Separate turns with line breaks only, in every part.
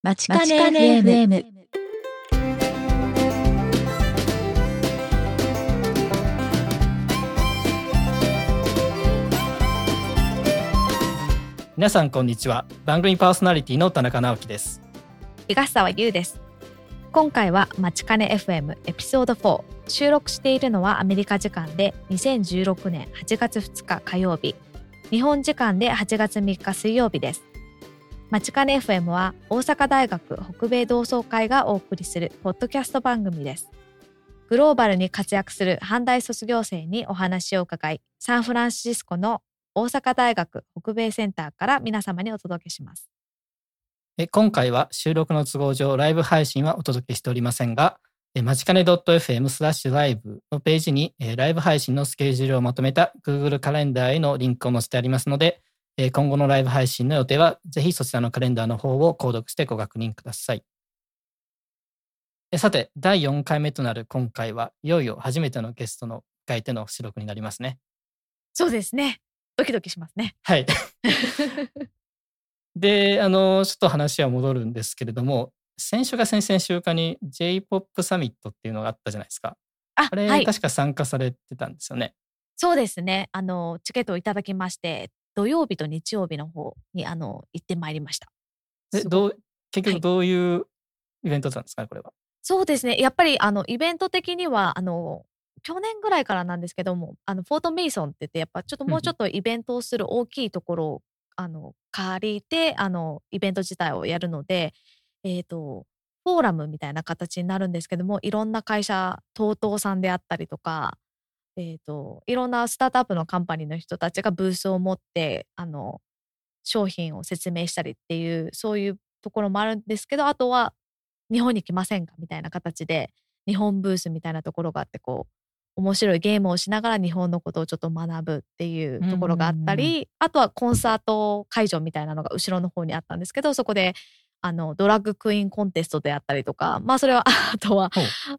まちかね FM。
皆さんこんにちは。番組パーソナリティの田中直樹です。
東沢優です。今回はまちかね FM エピソード4。収録しているのはアメリカ時間で2016年8月2日火曜日、日本時間で8月3日水曜日です。まちかね FM は大阪大学北米同窓会がお送りするポッドキャスト番組です。グローバルに活躍する阪大卒業生にお話を伺い、サンフランシスコの大阪大学北米センターから皆様にお届けします。
今回は収録の都合上ライブ配信はお届けしておりませんが、まちかね .fm/live のページにライブ配信のスケジュールをまとめた Google カレンダーへのリンクを載せてありますので、今後のライブ配信の予定はぜひそちらのカレンダーの方を購読してご確認ください。さて、第4回目となる今回はいよいよ初めてのゲストの回での収録になりますね。
そうですね。ドキドキしますね。
はい。で、ちょっと話は戻るんですけれども、先週か先々週かに J-POP サミットっていうのがあったじゃないですか。あれ、
はい、
確か参加されてたんですよね。
そうですね。チケットをいただきまして、土曜日と日曜日の方に行ってまいりました。
結局どういうイベントだったんですかね、これは。
そうですね。やっぱりイベント的には去年ぐらいからなんですけども、フォートメイソンって言ってやっぱもうちょっとイベントをする大きいところを借りてイベント自体をやるので、フォーラムみたいな形になるんですけども、いろんな会社、TOTOさんであったりとか、いろんなスタートアップのカンパニーの人たちがブースを持って商品を説明したりっていうそういうところもあるんですけど、あとは日本に来ませんかみたいな形で日本ブースみたいなところがあって、こう面白いゲームをしながら日本のことをちょっと学ぶっていうところがあったり、あとはコンサート会場みたいなのが後ろの方にあったんですけど、そこでドラッグクイーンコンテストであったりとか、まあそれはあとは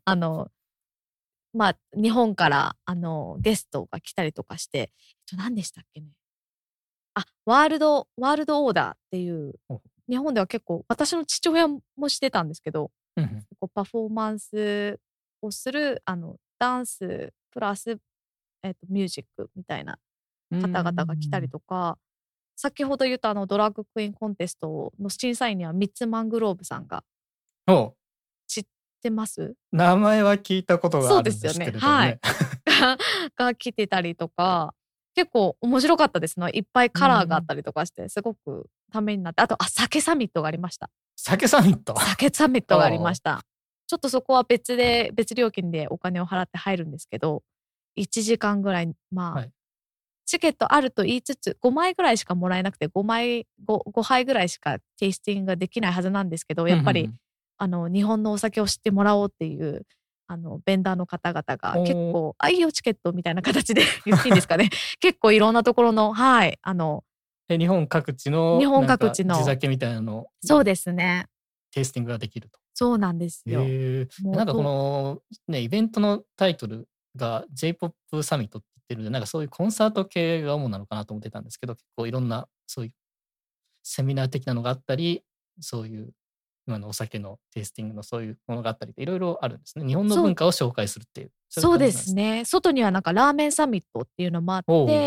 まあ日本からゲストが来たりとかして、何でしたっけね。ワールドオーダーっていう日本では結構私の父親もしてたんですけど、こうパフォーマンスをするダンスプラス、ミュージックみたいな方々が来たりとか、先ほど言ったドラッグクイーンコンテストの審査員にはミッツ・マングローブさんが、知ってます？
名前は聞いたことがあるんですけれどね。
そうですよね。はい。が来てたりとか、結構面白かったですね。いっぱいカラーがあったりとかして、すごくためになって、あと酒サミットがありました。
酒サミット
がありました。ちょっとそこは別料金でお金を払って入るんですけど、1時間ぐらい、チケットあると言いつつ5枚ぐらいしかもらえなくて、5杯ぐらいしかテイスティングができないはずなんですけど、やっぱり日本のお酒を知ってもらおうっていうベンダーの方々が結構いいよチケットみたいな形で言っていいんですかね。結構いろんなところの
日本各地の地酒みたいなの、
そうですね、
テイスティングができると。
そうなんですよ。
なんかこのねイベントのタイトルが J-POP サミットって言ってるので、なんかそういうコンサート系が主なのかなと思ってたんですけど、結構いろんなそういうセミナー的なのがあったり、そういう今のお酒のテイスティングのそういうものがあったりいろいろあるんですね。日本の文化を紹介するっていう。
そうですね。外にはなんかラーメンサミットっていうのもあって、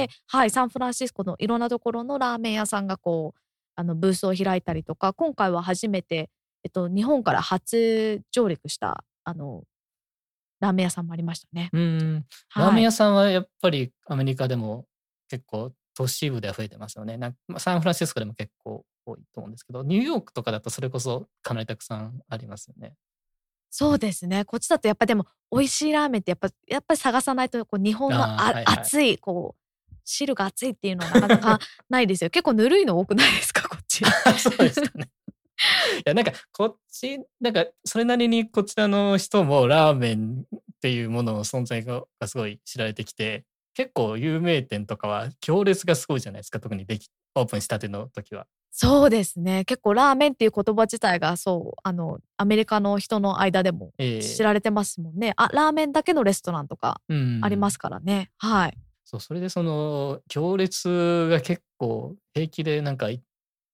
はい、サンフランシスコのいろんなところのラーメン屋さんがこうブースを開いたりとか、今回は初めて日本から初上陸したラーメン屋さんもありましたね。
ラーメン屋さんはやっぱりアメリカでも結構都市部では増えてますよね。サンフランシスコでも結構多いと思うんですけど、ニューヨークとかだとそれこそかなりたくさんありますよね。
そうですね。こっちだとやっぱでも美味しいラーメンってやっぱり探さないと、こう日本の熱いこう汁が熱いっていうのはなかなかないですよ。結構ぬるいの多くないですか、こっち。
そうですかね。いやなんかこっちなんかそれなりにこちらの人もラーメンっていうものの存在がすごい知られてきて、結構有名店とかは行列がすごいじゃないですか、特にオープンしたての時は。
そうですね。結構ラーメンっていう言葉自体がアメリカの人の間でも知られてますもんね。ラーメンだけのレストランとかありますからね。はい。
それでその行列が結構平気でなんか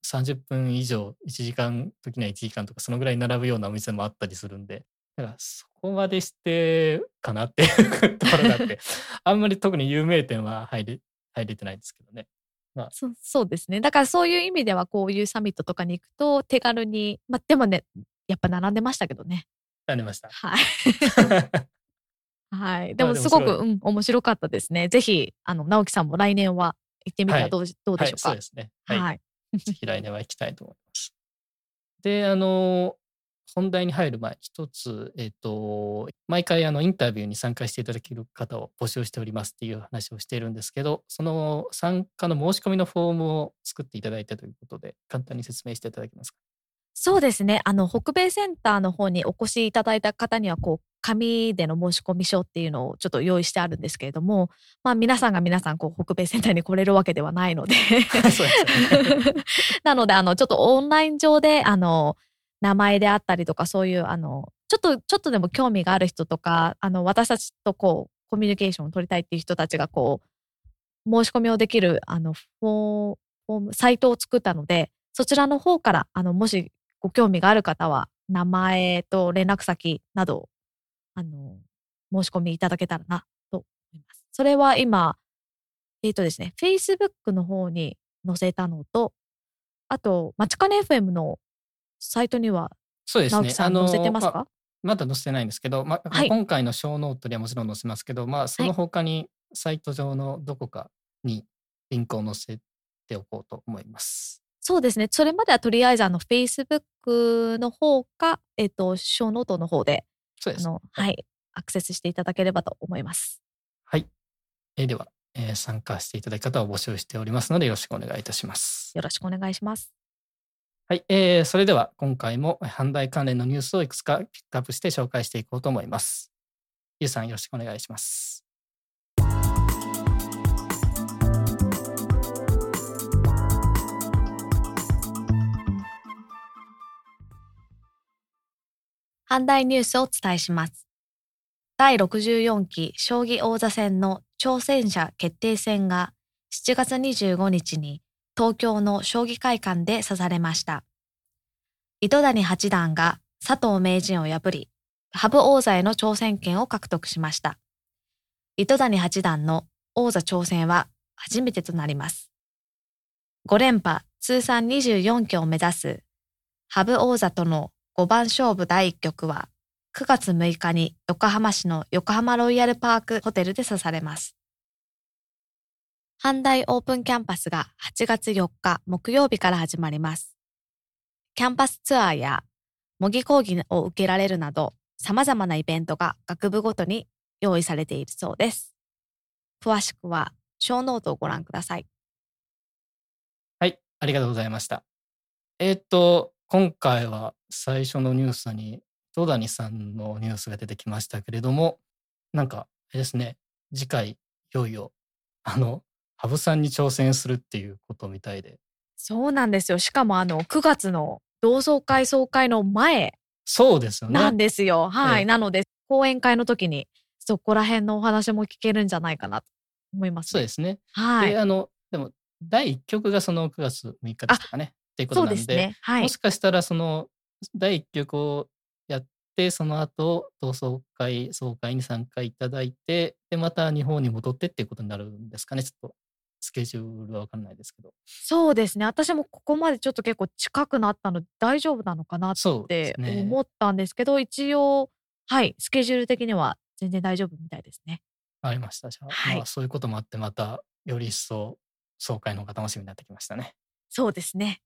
30分以上、1時間、時には1時間とか、そのぐらい並ぶようなお店もあったりするんで、だからそこまでしてかなっていうところがあって、あんまり特に有名店は入れてないんですけどね。まあ、
そうですね。だからそういう意味ではこういうサミットとかに行くと手軽に、でもね、やっぱ並んでましたけどね。
なりました。
はい。はい。で
まあ
もすごく、
でもすごい。
面白かったですね。ぜひ、直樹さんも来年は行ってみて
はい。
はどうで
はい、
しょうか。
そうですね。はい。
はい。
ぜひ来年は行きたいと思います。で、本題に入る前、一つ、毎回インタビューに参加していただける方を募集しておりますっていう話をしているんですけど、その参加の申し込みのフォームを作っていただいたということで、簡単に説明していただけますか。
そうですね。北米センターの方にお越しいただいた方には、紙での申し込み書っていうのをちょっと用意してあるんですけれども、皆さんが北米センターに来れるわけではないので
そうですよね。
なので、ちょっとオンライン上で、名前であったりとか、そういう、ちょっとでも興味がある人とか、私たちとコミュニケーションを取りたいっていう人たちが、申し込みをできる、フォーム、サイトを作ったので、そちらの方から、もしご興味がある方は、名前と連絡先など、申し込みいただけたらな、と思います。それは今、ですね、Facebook の方に載せたのと、あと、まちかね FM のサイトには、
そうですね。
直樹さん載せてますか？
まだ載せてないんですけど、
はい。
今回のショーノートにはもちろん載せますけど、その他にサイト上のどこかにリンクを載せておこうと思います。
そうですね。それまではとりあえずFacebook の方か、ショーノートの方で、
そうです。
はい、アクセスしていただければと思います。
はい。では、参加していただく方を募集しておりますので、よろしくお願いいたします。
よろしくお願いします。
はい。それでは、今回も販売関連のニュースをいくつかピックアップして紹介していこうと思います。ゆうさん、よろしくお願いします。
販売ニュースをお伝えします。第64期将棋王座戦の挑戦者決定戦が7月25日に東京の将棋会館で指されました。糸谷八段が佐藤名人を破り、羽生王座への挑戦権を獲得しました。糸谷八段の王座挑戦は初めてとなります。5連覇通算24期を目指す羽生王座との5番勝負第1局は9月6日に横浜市の横浜ロイヤルパークホテルで指されます。阪大オープンキャンパスが8月4日木曜日から始まります。キャンパスツアーや模擬講義を受けられるなど様々なイベントが学部ごとに用意されているそうです。詳しくはショーノートをご覧ください。
はい、ありがとうございました。今回は最初のニュースに戸谷さんのニュースが出てきましたけれども、なんかですね、次回いよいよ羽生さんに挑戦するっていうことみたいで。
そうなんですよ。しかも9月の同窓会総会の前
そうですよね。
なんですよ。はい。なので講演会の時にそこら辺のお話も聞けるんじゃないかなと思いますね。
そうですね。
はい。
ででも第1局がその9月6日でしたかねっていうことなんで、
そうですね。はい。
もしかしたらその第1局をやってその後同窓会総会に参加いただいて、でまた日本に戻ってっていうことになるんですかね。ちょっとスケジュールは分かんないですけど。
そうですね。私もここまでちょっと結構近くなったので大丈夫なのかなって思ったんですけど、一応はい、スケジュール的には全然大丈夫みたいですね。
ありました。じゃあ、
はい、
そういうこともあってまたより一層総会の方が楽しみになってきましたね。
そうですね。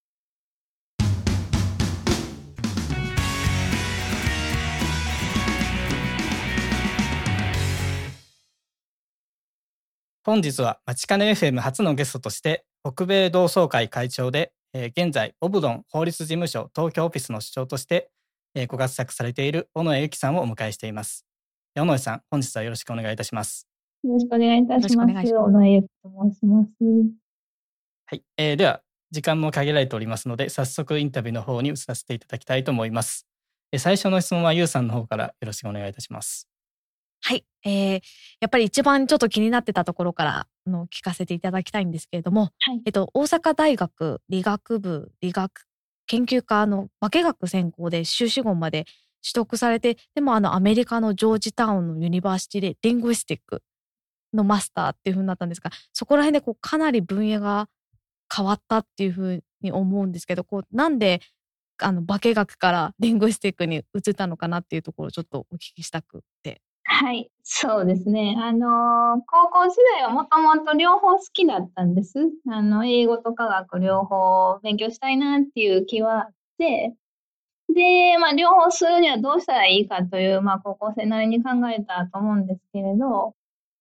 本日はまちかね FM 初のゲストとして北米同窓会会長で、現在オブドン法律事務所東京オフィスの所長として、ご活躍されている尾上由紀さんをお迎えしています。尾上さん、本日はよろしくお願いいたします。
よろしくお願いいたします。尾上由紀と申します。
はい、では時間も限られておりますので、早速インタビューの方に移させていただきたいと思います。最初の質問はゆうさんの方からよろしくお願いいたします。
はい、やっぱり一番ちょっと気になってたところから聞かせていただきたいんですけれども、
はい。
大阪大学理学部理学研究科の化学専攻で修士号まで取得されて、でもアメリカのジョージタウンのユニバーシティでリングイスティックのマスターっていう風になったんですが、そこら辺でかなり分野が変わったっていう風に思うんですけど、なんで化学からリングイスティックに移ったのかなっていうところをちょっとお聞きしたくて。
はい、そうですね。高校時代はもともと両方好きだったんです。英語と科学両方勉強したいなっていう気はあって、で、両方するにはどうしたらいいかという、高校生なりに考えたと思うんですけれど、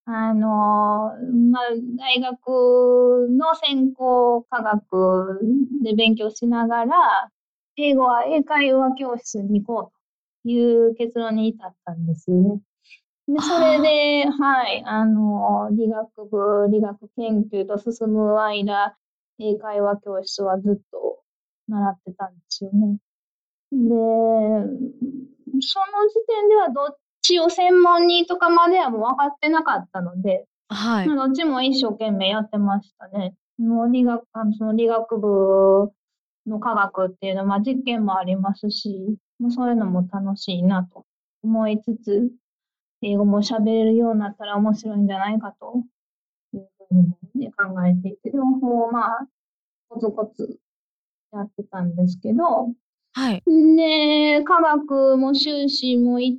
大学の専攻科学で勉強しながら、英語は英会話教室に行こうという結論に至ったんですね。で、それで、はい、理学部、理学研究と進む間、英会話教室はずっと習ってたんですよね。で、その時点ではどっちを専門にとかまではもう分かってなかったので、
はい。
どっちも一生懸命やってましたね。もうその理学部の科学っていうのは、実験もありますし、そういうのも楽しいなと思いつつ、英語も喋れるようになったら面白いんじゃないかというふうにもね、考えていて、両方コツコツやってたんですけど、
はい。
で、科学も修士も行って、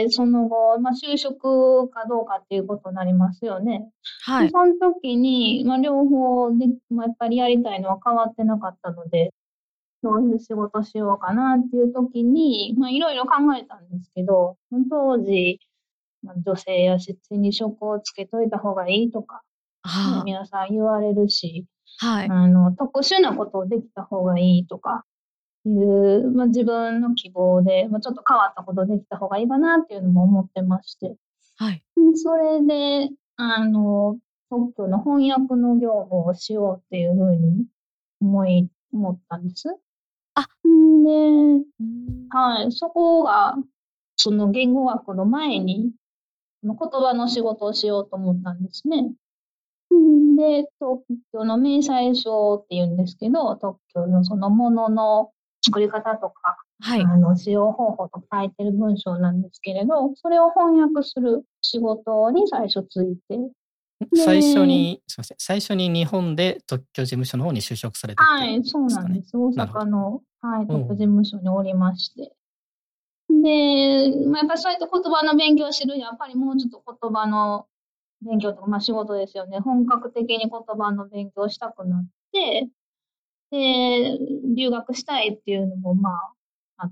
その後、就職かどうかっていうことになりますよね。で、
はい。
その時に、両方で、やっぱりやりたいのは変わってなかったので、どういう仕事しようかなっていう時に、いろいろ考えたんですけど、当時、女性や心理職をつけといた方がいいとか、ね、
あ
皆さん言われるし、
あ、はい。
特殊なことをできた方がいいとかいう、自分の希望で、ちょっと変わったことできた方がいいかなっていうのも思ってまして。
はい。
それで、特許の翻訳の業務をしようっていうふうに思ったんです。
あ、
で、
うーん。
はい、そこが、その言語学の前に、言葉の仕事をしようと思ったんですね。で、特許の明細書っていうんですけど、特許のそのものの作り方とか、
はい。
使用方法とか書いてる文章なんですけれど、それを翻訳する仕事に最初ついて、
最初
で、
に、すみません。最初に日本で特許事務所の方に就職されたっていう
はい、そう
ですかね。
なんです。大
なるほど。
阪の、はい、
うん。
特許事務所におりまして。で、やっぱりそうやって言葉の勉強をしてる、やっぱりもうちょっと言葉の勉強とか、仕事ですよね。本格的に言葉の勉強したくなって、で、留学したいっていうのも、あって、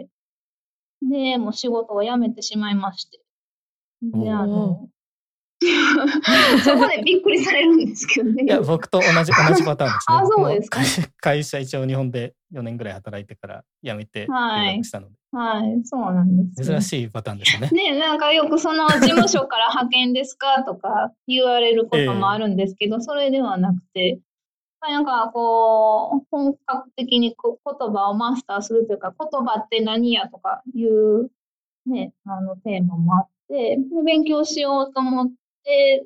で、もう仕事を辞めてしまいまして。で、
おお。
そこでびっくりされるんですけどね、
いや、
よく。
僕と同じパターンですね。
あ、
僕も
そうですか。
会社一応日本で4年ぐらい働いてから辞めて留
はい。
学したので。
はい、そうなんですよ。
珍しいパターンですね。
ね、なんかよくその事務所から派遣ですかとか言われることもあ
え
るんですけど、それではなくて、本格的に言葉をマスターするというか、言葉って何やとかいうね、テーマもあって、で、勉強しようと思って、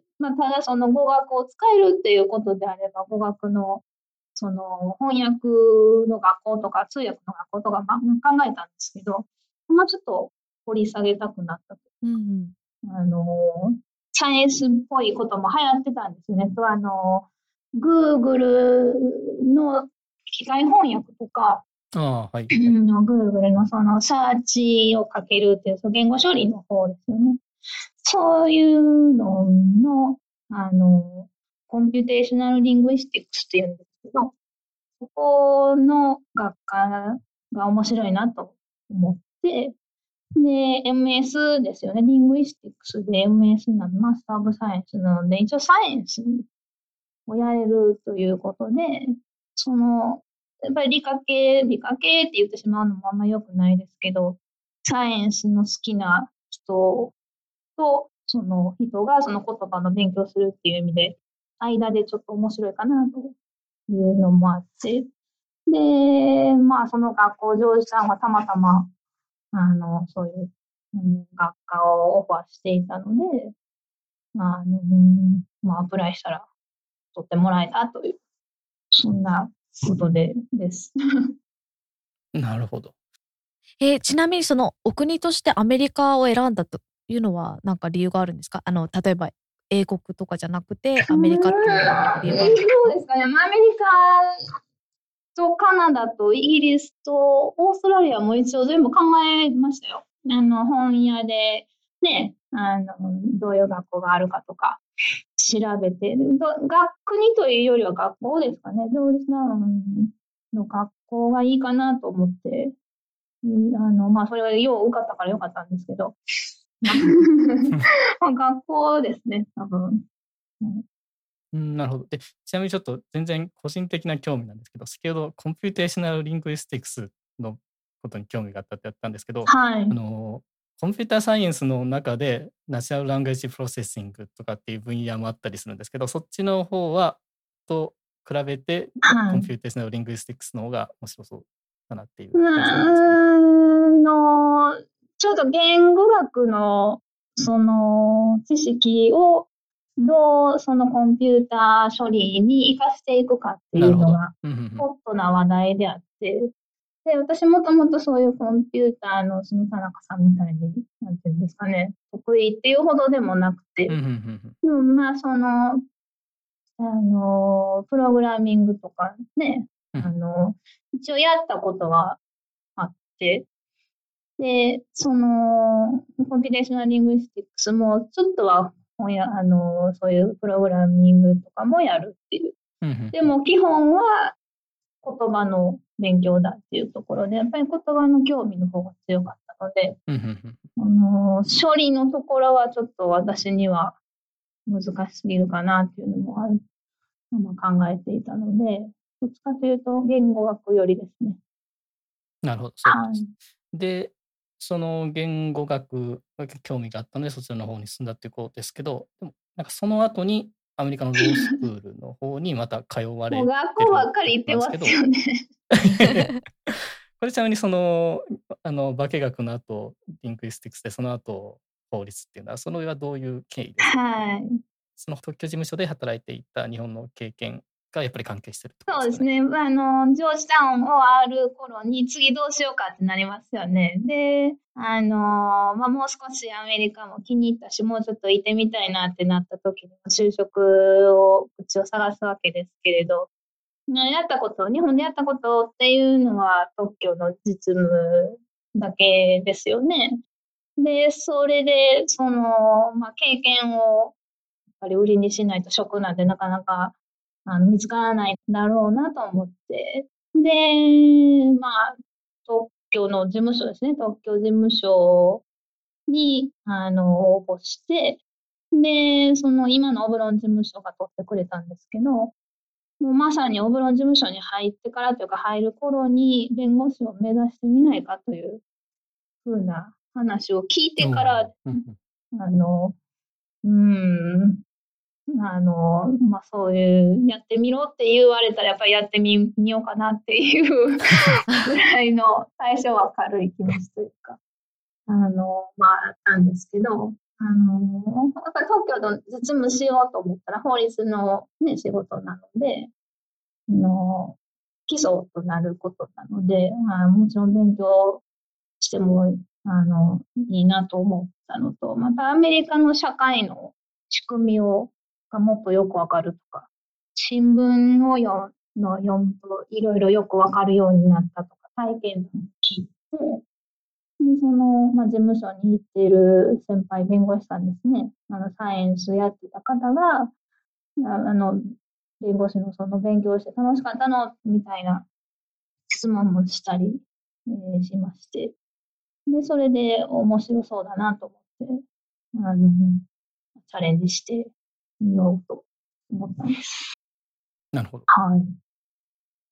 ただその語学を使えるっていうことであれば、語学のその翻訳の学校とか通訳の学校とか、考えたんですけど、ちょっと掘り下げたくなったと。
うんうん。
あの、サイエンスっぽいことも流行ってたんですよね。Google の機械翻訳とか、
ああ、はい。
Google のそのサーチをかけるっていう、その言語処理の方ですよね。そういうのの、コンピュテーショナルリングイスティックスっていうんですけど、そこの学科が面白いなと思って、で、MS ですよね。リングイスティックスで MS なの、マスター・オブ・サイエンスなので、一応サイエンスをやれるということで、やっぱり理科系って言ってしまうのもあんま良くないですけど、サイエンスの好きな人と、その人がその言葉の勉強するっていう意味で、間でちょっと面白いかなというのもあって、で、その学校、ジョージタウンはたまたま、そういう学科をオファーしていたので、アプライしたら取ってもらえたという、そんなことです。
なるほど。
ちなみにそのお国としてアメリカを選んだというのは何か理由があるんですか？例えば英国とかじゃなくてアメリカっていうのは何か理由があるんですか？
そうですかね。アメリカとカナダとイギリスとオーストラリアも一応全部考えましたよ。本屋でね、どういう学校があるかとか調べて、国というよりは学校ですかね。ジョージタウンの学校がいいかなと思って、それがよう受かったからよかったんですけど、学校ですね、多分。
なるほど。で、ちなみにちょっと全然個人的な興味なんですけど、先ほどコンピューテーショナルリングイスティクスのことに興味があったってやったんですけど、
はい。
コンピューターサイエンスの中でナチュラルランゲージプロセッシングとかっていう分野もあったりするんですけど、そっちの方はと比べて、
はい。
コンピューテーショナルリングイスティクスの方が面白そうかなっていう感じなんですかね。
ちょっと言語学のその知識をどうそのコンピューター処理に活かしていくかっていうのがホットな話題であって、で、私もともとそういうコンピューターのその田中さんみたいに、なんていうんですかね、得意っていうほどでもなくて、でもプログラミングとかね、一応やったことはあって、で、その、コンピュテーショナルリングイスティックスも、ちょっとはそういうプログラミングとかもやるっていう。でも、基本は言葉の勉強だっていうところで、やっぱり言葉の興味の方が強かったので、処理のところはちょっと私には難しすぎるかなっていうのも考えていたので、どっちかというと言語学よりですね。
なるほど、そうです。で、その言語学が興味があったので、そちらの方に進んだっていうことですけど、でもなんかその後にアメリカのロースクールの方にまた通われてる
学校ばっかり行ってますよね。
これちなみにその化学の後リングイスティクスで、その後法律っていうのは、その上はどういう経緯ですか？
はい。
その特許事務所で働いていた日本の経験がやっぱり関係してるってこと
そうですね。ジョージタウンをある頃に次どうしようかってなりますよね。で、もう少しアメリカも気に入ったし、もうちょっといてみたいなってなった時に就職を口を探すわけですけれど、日本でやったことっていうのは特許の実務だけですよね。で、それで、経験をやっぱり売りにしないと職なんてなかなか見つからないだろうなと思って、で、特許の事務所ですね、特許事務所に応募して、で、その今のオブロン事務所が取ってくれたんですけど、もうまさにオブロン事務所に入ってからというか入る頃に弁護士を目指してみないかというふうな話を聞いてから、そういうやってみろって言われたらやっぱりやってみようかなっていうぐらいの最初は軽い気持ちというか、あったんですけど、やっぱり特許の実務しようと思ったら法律のね、仕事なので、基礎となることなので、もちろん勉強しても、いいなと思ったのと、またアメリカの社会の仕組みがもっとよくわかるとか、新聞を読むといろいろよくわかるようになったとか、体験談を聞いて、事務所に行っている先輩弁護士さんですね、サイエンスやってた方が、弁護士のその勉強して楽しかったのみたいな質問もしたり、しまして、で、それで面白そうだなと思って、チャレンジしてみようと思ったんです。
なるほど。
はい。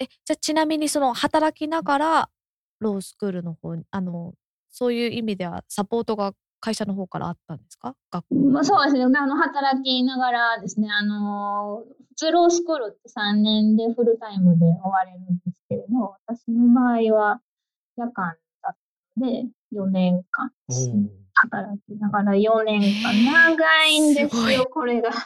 じゃあちなみにその働きながらロースクールの方にそういう意味ではサポートが会社の方からあったんですか？学校に。
そうですね。働きながらですね、普通ロースクールって3年でフルタイムで終われるんですけれど、私の場合は夜間だったので4年間ですね。 働きながら4年間、長いんです
すごい
よ、これが。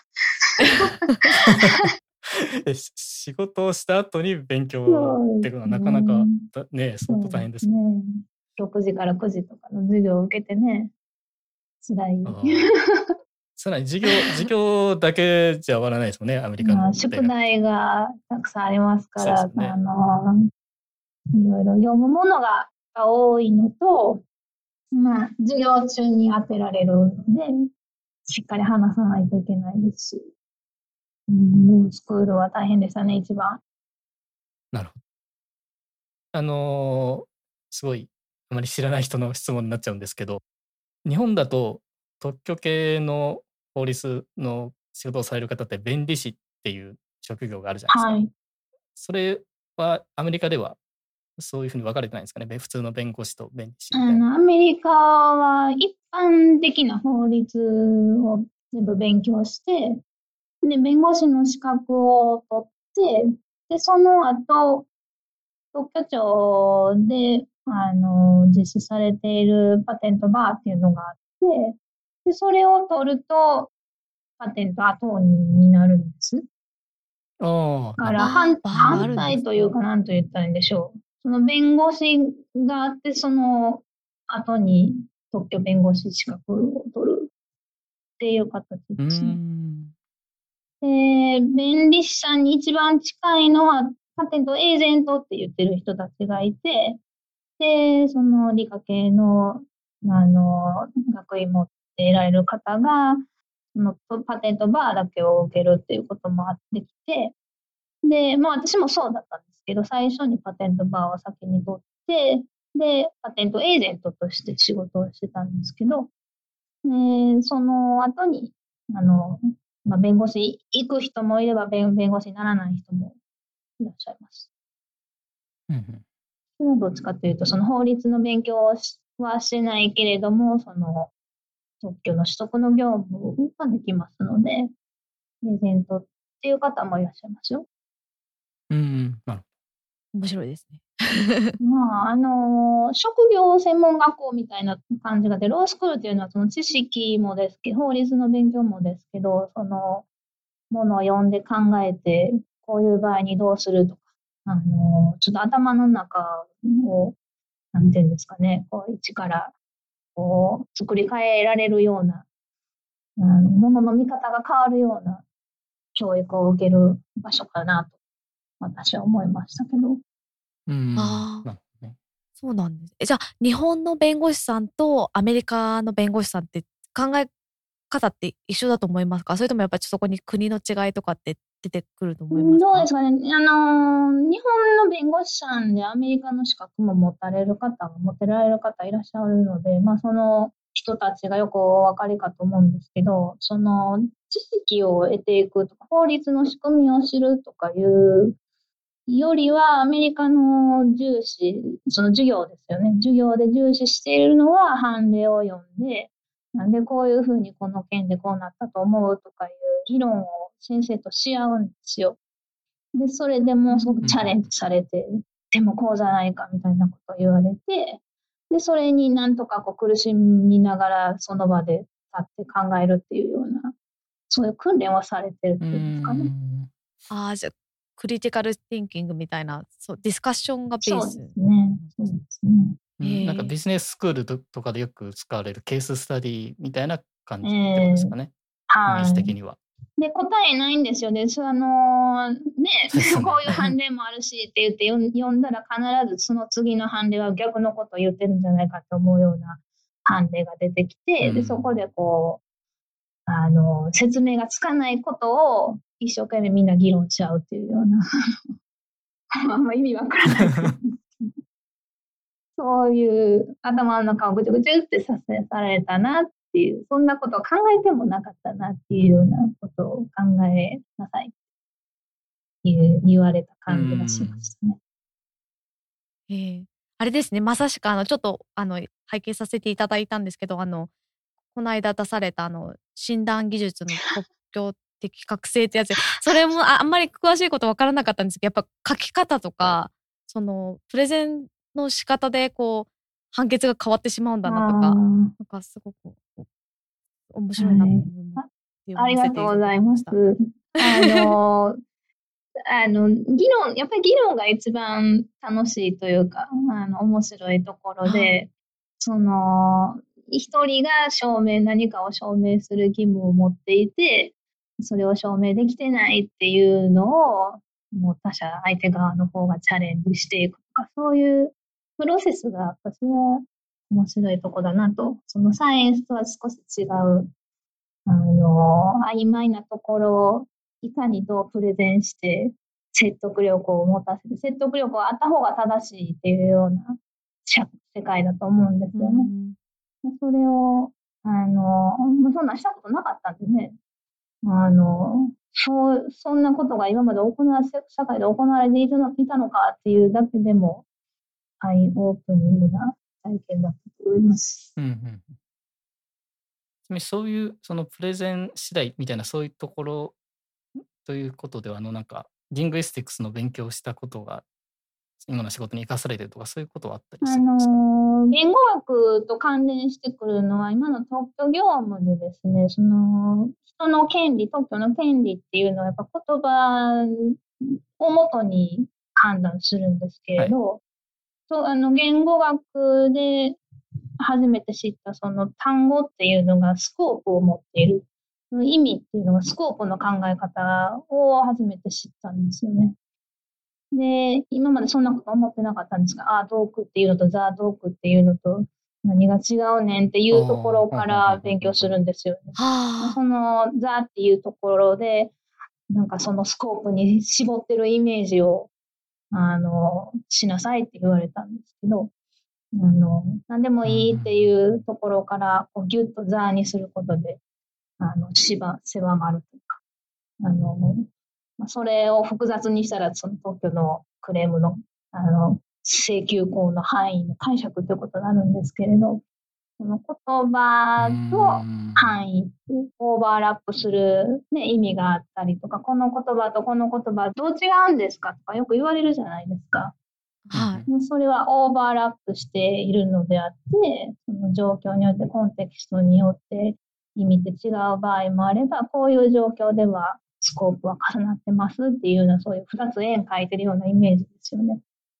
仕事をした後に勉強っていうのは
そうです
なかなか
ね。
ね、相当大変です
そう
よね。
ね。6時から9時とかの授業を受けてね、辛い。
あーさらに授業だけじゃ終わらないですもんね、アメリカの大学。
宿題がたくさんありますから、
そうですね
いろいろ読むものが多いのと、授業中に当てられるので、しっかり話さないといけないですし、ロースクールは大変でしたね、一番。
なるほど。すごい、あまり知らない人の質問になっちゃうんですけど、日本だと特許系の法律の仕事をされる方って弁理士っていう職業があるじゃないですか。
はい。
それはアメリカではそういうふうに分かれてないんですかね。普通の弁護士と弁理士みたいな。
アメリカは一般的な法律を全部勉強して、で、弁護士の資格を取って、で、その後、特許庁で、実施されているパテントバーっていうのがあって、で、それを取ると、パテントアトーニーになるんです。
ああ、
だから
バーがあ
反
るんですか。
対というか何と言ったらいいんでしょう。その弁護士があって、その後に特許弁護士資格を取るっていう形ですね。弁理士さんに一番近いのは、パテントエージェントって言ってる人たちがいて、で、その理科系の、学位持っていられる方が、そのパテントバーだけを受けるっていうこともあってきて、で、私もそうだったんですけど、最初にパテントバーを先に取って、で、パテントエージェントとして仕事をしてたんですけど、その後に、弁護士行く人もいれば弁護士にならない人もいらっしゃいます。それはどっちかというと、その法律の勉強はしてないけれども、その特許の取得の業務ができますので、エージェントっていう方もいらっしゃいますよ。
なるほど。
面白いですね。
職業専門学校みたいな感じがで、ロースクールっていうのはその知識もですけど、法律の勉強もですけど、そのものを読んで考えて、こういう場合にどうするとか、ちょっと頭の中を、なんていうんですかね、こう一からこう作り変えられるような、ものの見方が変わるような教育を受ける場所かなと、私は思いましたけど。
ああ、
なるほどね。
そうなんです。じゃあ、日本の弁護士さんとアメリカの弁護士さんって考え方って一緒だと思いますか？それともやっぱりそこに国の違いとかって出てくると思いますか？
どうですかね。日本の弁護士さんでアメリカの資格も持てられる方いらっしゃるので、その人たちがよくお分かりかと思うんですけど、その知識を得ていくとか、法律の仕組みを知るとかいうよりは、アメリカのその授業ですよね。授業で重視しているのは判例を読んで、なんでこういうふうにこの件でこうなったと思うとかいう議論を先生とし合うんですよ。で、それでもすごくチャレンジされて、でもこうじゃないかみたいなことを言われて、で、それになんとかこう苦しみながらその場で立って考えるっていうような、そういう訓練はされてるっていうんですかね。
ああ、じゃあ、クリティカルティンキングみたいな、そう、ディスカッションがベース。
そうですね。そうですね。
なんかビジネススクールとかでよく使われるケーススタディみたいな感じってことですかね。イメージ的には。
で、答えないんですよね。こういう判例もあるしって言って読んだら必ずその次の判例は逆のことを言ってるんじゃないかと思うような判例が出てきて、で、そこで説明がつかないことを一生懸命みんな議論しちゃうっていうような、あんま意味わからない。そういう頭の中をぐちゅぐちゅってされたなっていう、そんなことを考えてもなかったなっていうようなことを考えなさいって言われた感じがしましたね。
あれですね、まさしくちょっと拝見させていただいたんですけど、この間出された診断技術の特許的確性ってやつ、それもあんまり詳しいことわからなかったんですけど、やっぱ書き方とか、そのプレゼンの仕方でこう判決が変わってしまうんだなとか、なんかすごく面白いなと思います。
ありがとうございます。議論、やっぱり議論が一番楽しいというか、面白いところで、一人が何かを証明する義務を持っていて、それを証明できてないっていうのを、もう相手側の方がチャレンジしていくとか、そういうプロセスが私は面白いとこだなと、そのサイエンスとは少し違う、曖昧なところをいかにどうプレゼンして説得力を持たせて、説得力があった方が正しいっていうような世界だと思うんですよね。それを、そんなしたことなかったんでね。そんなことが今まで社会で行われていたのかっていうだけでも、アイオープニングな体験だったと思います。
そういうそのプレゼン次第みたいなそういうところということではなんかリングイスティックスの勉強をしたことが今の仕事に生かされてるとかそういうことはあったりするんですか？
言語学と関連してくるのは今の特許業務でですね、その人の権利、特許の権利っていうのはやっぱ言葉をもとに判断するんですけれど、言語学で初めて知ったその単語っていうのがスコープを持っている。意味っていうのがスコープの考え方を初めて知ったんですよね。で、今までそんなこと思ってなかったんですが、ドークっていうのとザ・ドークっていうのと何が違うねんっていうところから勉強するんですよね。そのザっていうところで、なんかそのスコープに絞ってるイメージを、しなさいって言われたんですけど、何でもいいっていうところからこうギュッとザにすることで、狭まるというか、それを複雑にしたら、その特許のクレームの、請求項の範囲の解釈ということになるんですけれど、その言葉と範囲、オーバーラップする、ね、意味があったりとか、この言葉とこの言葉どう違うんですかとかよく言われるじゃないですか。それはオーバーラップしているのであって、その状況によって、コンテキストによって意味って違う場合もあれば、こういう状況ではスコープは重なってますっていうような、そういう2つ円描いてるようなイメージですよね。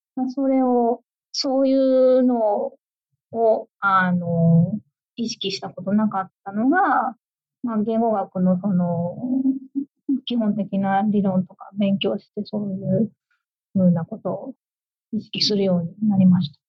そういうのを、意識したことなかったのが、言語学のその、基本的な理論とか勉強して、そういうふうなことを意識するようになりました。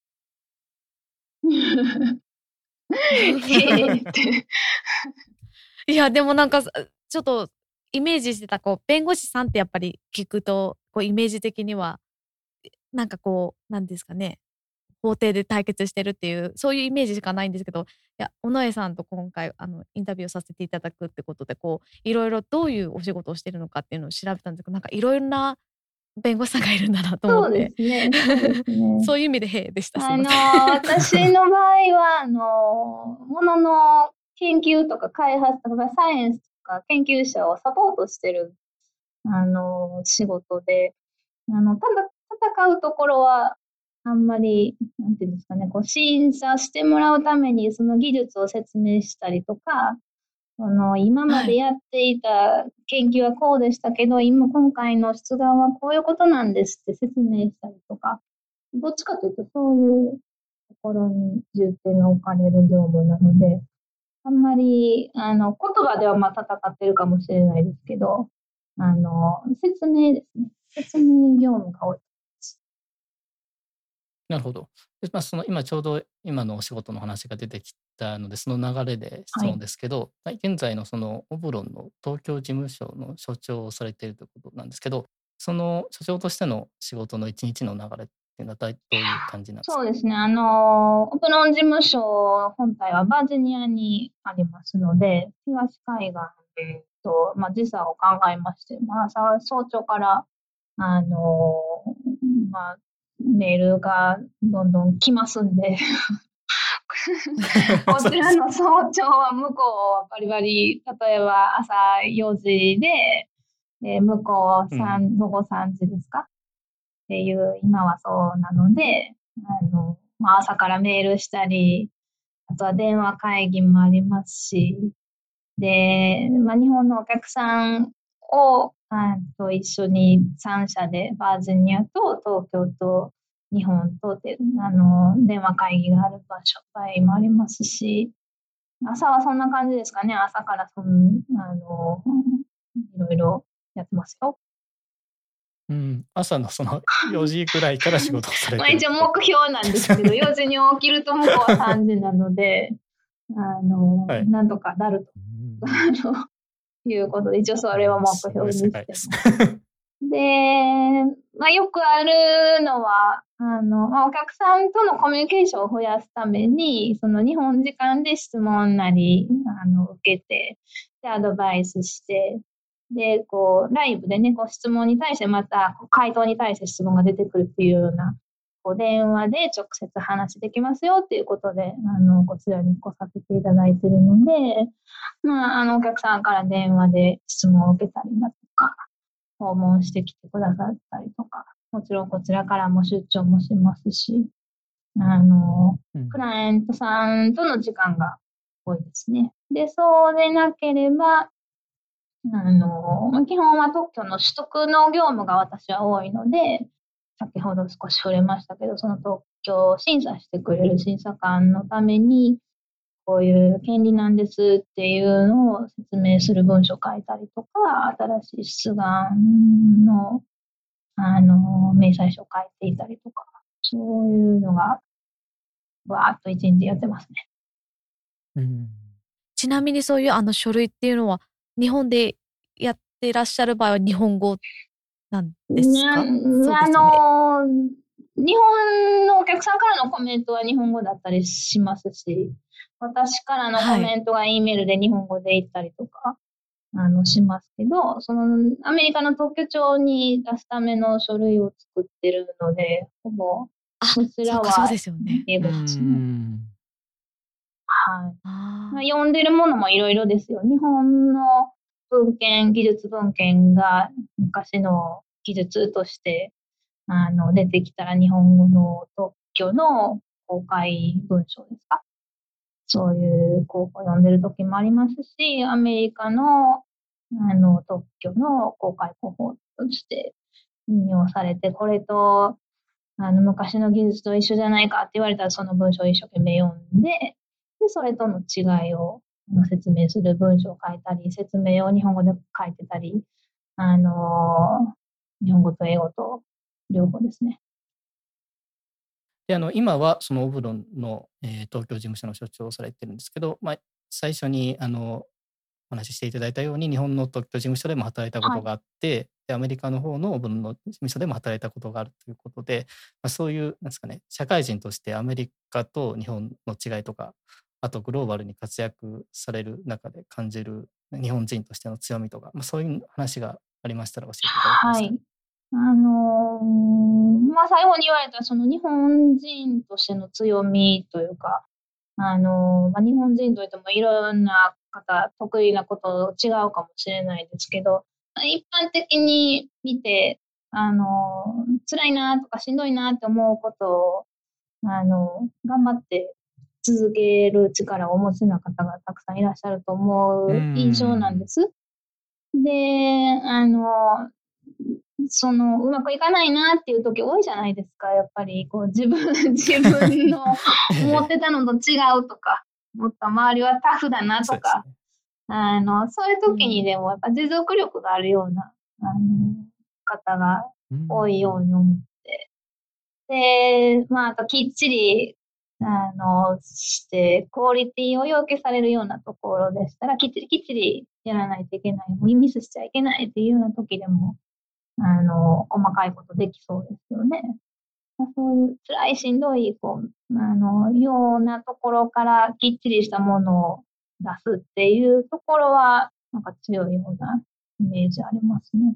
いや、でもなんか、ちょっとイメージしてた、弁護士さんってやっぱり聞くと、イメージ的には、なんかなんですかね、法廷で対決してるっていう、そういうイメージしかないんですけど、いや、尾上さんと今回、インタビューをさせていただくってことで、いろいろどういうお仕事をしてるのかっていうのを調べたんですけど、なんかいろいろな弁護士さんがいるんだなと思って。
そうですね。
そういう意味でへえでした。
私の場合は、ものの研究とか開発とかサイエンスとか研究者をサポートしてる、仕事で、ただ戦うところは、あんまり、なんていうんですかね、審査してもらうためにその技術を説明したりとか、今までやっていた研究はこうでしたけど、今回の出願はこういうことなんですって説明したりとか、どっちかというとそういうところに重点が置かれる業務なので、あんまり、言葉では戦ってるかもしれないですけど、説明ですね。説明業務が多い。
なるほど。でその今ちょうど今のお仕事の話が出てきたので、その流れで質問ですけど、現在のそのオブロンの東京事務所の所長をされているということなんですけど、その所長としての仕事の一日の流れっていうのはどういう感じなんですか？
そうですね。オブロン事務所本体はバージニアにありますので、東海岸と、時差を考えまして、早朝から、メールがどんどん来ますんで、こちらの早朝は向こうはバリバリ、例えば朝4時で、向こう午後3時ですかっていう、今はそうなので、 朝からメールしたり、あとは電話会議もありますし、で、日本のお客さんをと一緒に3社で、バージニアと東京と日本とで、電話会議がある場合もありますし、朝はそんな感じですかね。朝からいろいろやってますよ。
朝のその4時ぐらいから仕事をされてる
一応目標なんですけど、4時に起きると向こうは3時なので、なんとかなるということで、一応それを目標にしてます。で、よくあるのは、お客さんとのコミュニケーションを増やすために、その日本時間で質問なり、受けて、で、アドバイスして、で、ライブでね、質問に対してまた、回答に対して質問が出てくるっていうような、電話で直接話できますよっていうことで、こちらに来させていただいているので、お客さんから電話で質問を受けたりだとか、訪問してきてくださったりとか、もちろんこちらからも出張もしますし、クライアントさんとの時間が多いですね。で、そうでなければ、基本は特許の取得の業務が私は多いので、先ほど少し触れましたけど、その特許を審査してくれる審査官のために、こういう権利なんですっていうのを説明する文書を書いたりとか、新しい出願の、明細書を書いていたりとか、そういうのが、わーっと一日やってますね。
ちなみにそういう書類っていうのは、日本でやってらっしゃる場合は日本語なんですか？そうですよね。
日本のお客さんからのコメントは日本語だったりしますし、私からのコメントが E メールで日本語で言ったりとか、しますけど、そのアメリカの特許庁に出すための書類を作ってるので、ほぼそちらは英語ですね。はい。読んでるものもいろいろですよ。日本の文献、技術文献が昔の技術として出てきたら日本語の特許の公開文書ですか。そういう候補を読んでる時もありますし、アメリカの特許の公開候補として引用されて、これと昔の技術と一緒じゃないかって言われたら、その文章を一生懸命読んで、で、それとの違いを説明する文章を書いたり、説明を日本語で書いてたり、日本語と英語と両方ですね。
で今はそのオブロンの、東京事務所の所長をされてるんですけど、最初にお話ししていただいたように日本の特許事務所でも働いたことがあって、でアメリカの方のオブロンの事務所でも働いたことがあるということで、そういうなんですかね、社会人としてアメリカと日本の違いとか、あとグローバルに活躍される中で感じる日本人としての強みとか、そういう話がありましたら教えていただけますか。はい。
最後に言われたその日本人としての強みというか、日本人といってもいろんな方、得意なこと違うかもしれないですけど、一般的に見て、辛いなとかしんどいなって思うことを、頑張って続ける力をお持ちな方がたくさんいらっしゃると思う印象なんです。で、うまくいかないなっていう時多いじゃないですか。やっぱり、自分の思ってたのと違うとか、もっと周りはタフだなとか、そういう時にでもやっぱ持続力があるような、方が多いように思って。で、あときっちり、して、クオリティを要求されるようなところでしたら、きっちりやらないといけない。ミスしちゃいけないっていうような時でも、細かいことできそうですよね。そういう辛いしんどい、ようなところからきっちりしたものを出すっていうところは、なんか強いようなイメージありますね。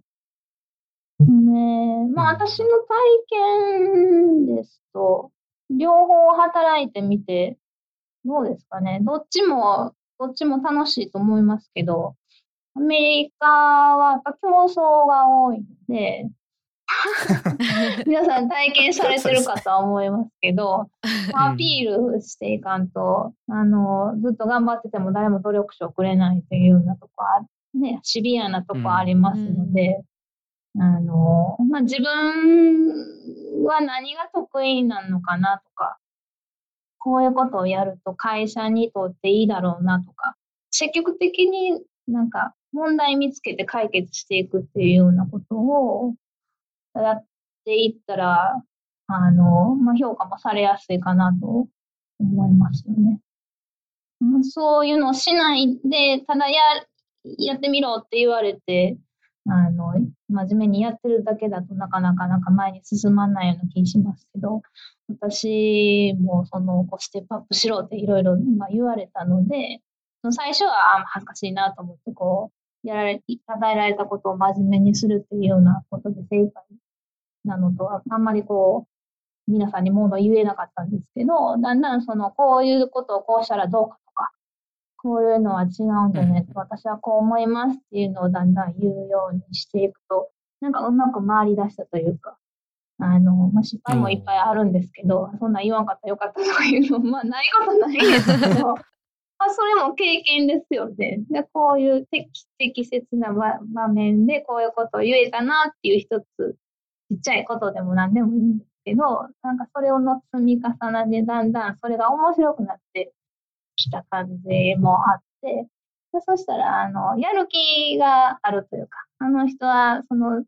私の体験ですと、両方働いてみて、どうですかね。どっちも楽しいと思いますけど、アメリカはやっぱ競争が多いので、 皆さん体験されてるかとは思いますけど、アピールしていかんと、ずっと頑張ってても誰も努力賞くれないというようなとこね、シビアなとこありますので、自分は何が得意なのかなとか、こういうことをやると会社にとっていいだろうなとか、積極的になんか問題見つけて解決していくっていうようなことをやっていったら、評価もされやすいかなと思いますよね。そういうのをしないで、ただやってみろって言われて、真面目にやってるだけだとなかなか前に進まないような気しますけど、私もステップアップしろっていろいろ言われたので、最初は恥ずかしいなと思って、与えられたことを真面目にするっていうようなことで精一杯なのとは、あんまり皆さんにもの言えなかったんですけど、だんだんこういうことをこうしたらどうかとか、こういうのは違うんだね、私はこう思いますっていうのをだんだん言うようにしていくと、なんかうまく回り出したというか、失敗もいっぱいあるんですけど、そんな言わんかったらよかったとかいうの、ないことないですけど、それも経験ですよね。でこういう適切な場面でこういうことを言えたなっていう一つ、ちっちゃいことでも何でもいいんですけど、なんかそれをの積み重ねでだんだんそれが面白くなってきた感じもあって、でそしたら、やる気があるというか、あの人は、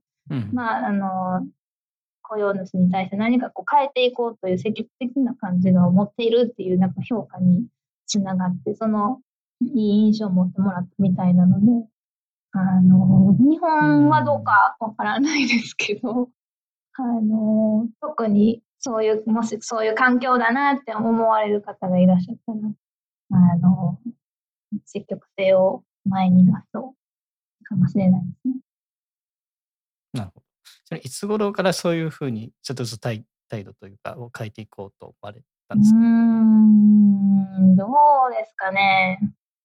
雇用主に対して何か変えていこうという積極的な感じが持っているっていうなんか評価につながって、いい印象を持ってもらったみたいなので、日本はどうかわからないですけど、特にもしそういう環境だなって思われる方がいらっしゃったら、積極性を前に出そうかもしれないですね。
なるほど。それいつ頃からそういうふうにちょっとずつ態度というかを変えていこうと思われたんですか？
どうですかね。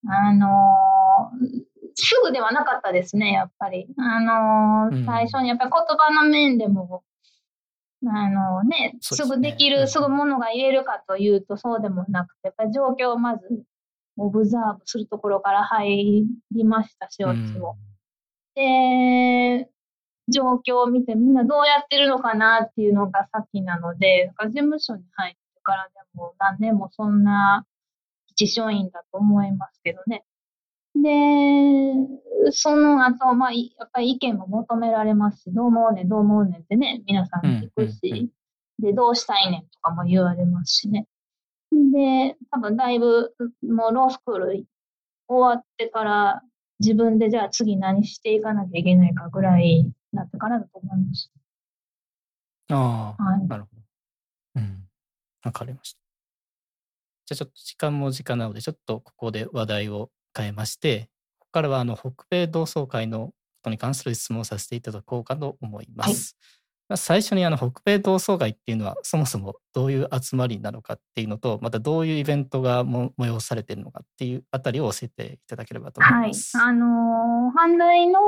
すぐではなかったですね、やっぱり。最初にやっぱり言葉の面でも、すぐできる、すぐものが言えるかというとそうでもなくて、やっぱり状況をまずオブザーブするところから入りましたし、私も。で、状況を見てみんなどうやってるのかなっていうのが先なので、事務所に入ってからでも何年もそんな一署員だと思いますけどね。で、その後、やっぱり意見も求められますし、どう思うねん、どう思うねんってね、皆さん聞くし、で、どうしたいねんとかも言われますしね。で、多分だいぶ、もうロースクール終わってから自分でじゃあ次何していかなきゃいけないかぐらいになってからだと思います。
ああ、なるほど。わかりました。じゃあちょっと時間も時間なので、ちょっとここで話題を変えまして、ここからは北米同窓会のことに関する質問をさせていただこうかと思います。最初に北米同窓会っていうのはそもそもどういう集まりなのかっていうのと、またどういうイベントが催されているのかっていうあたりを教えていただければと思います。
阪大の、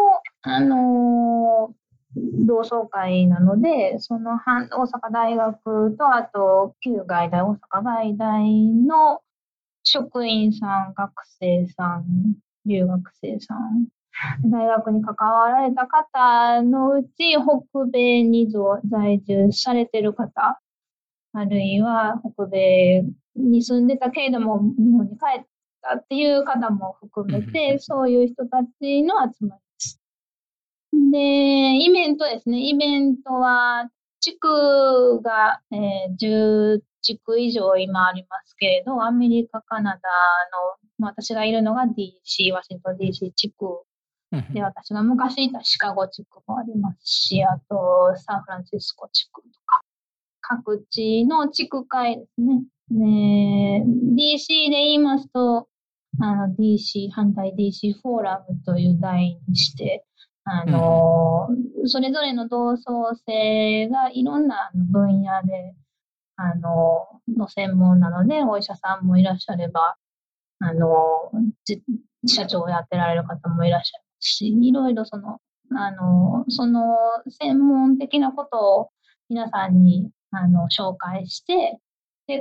同窓会なので、大阪大学と、あと、旧外大、大阪外大の職員さん、学生さん、留学生さん、大学に関わられた方のうち、北米に在住されてる方、あるいは北米に住んでたけれども、日本に帰ったっていう方も含めて、そういう人たちの集まりです。で、イベントですね。イベントは、地区が、10地区以上今ありますけれど、アメリカ、カナダの、私がいるのが DC、ワシントン DC 地区で、私が昔いたシカゴ地区もありますし、あとサンフランシスコ地区とか、各地の地区会ですね。DC で言いますと、反対 DC フォーラムという題にして、それぞれの同窓生がいろんな分野で、の専門なので、お医者さんもいらっしゃれば、社長をやってられる方もいらっしゃいますし、いろいろその専門的なことを皆さんに、紹介して、で、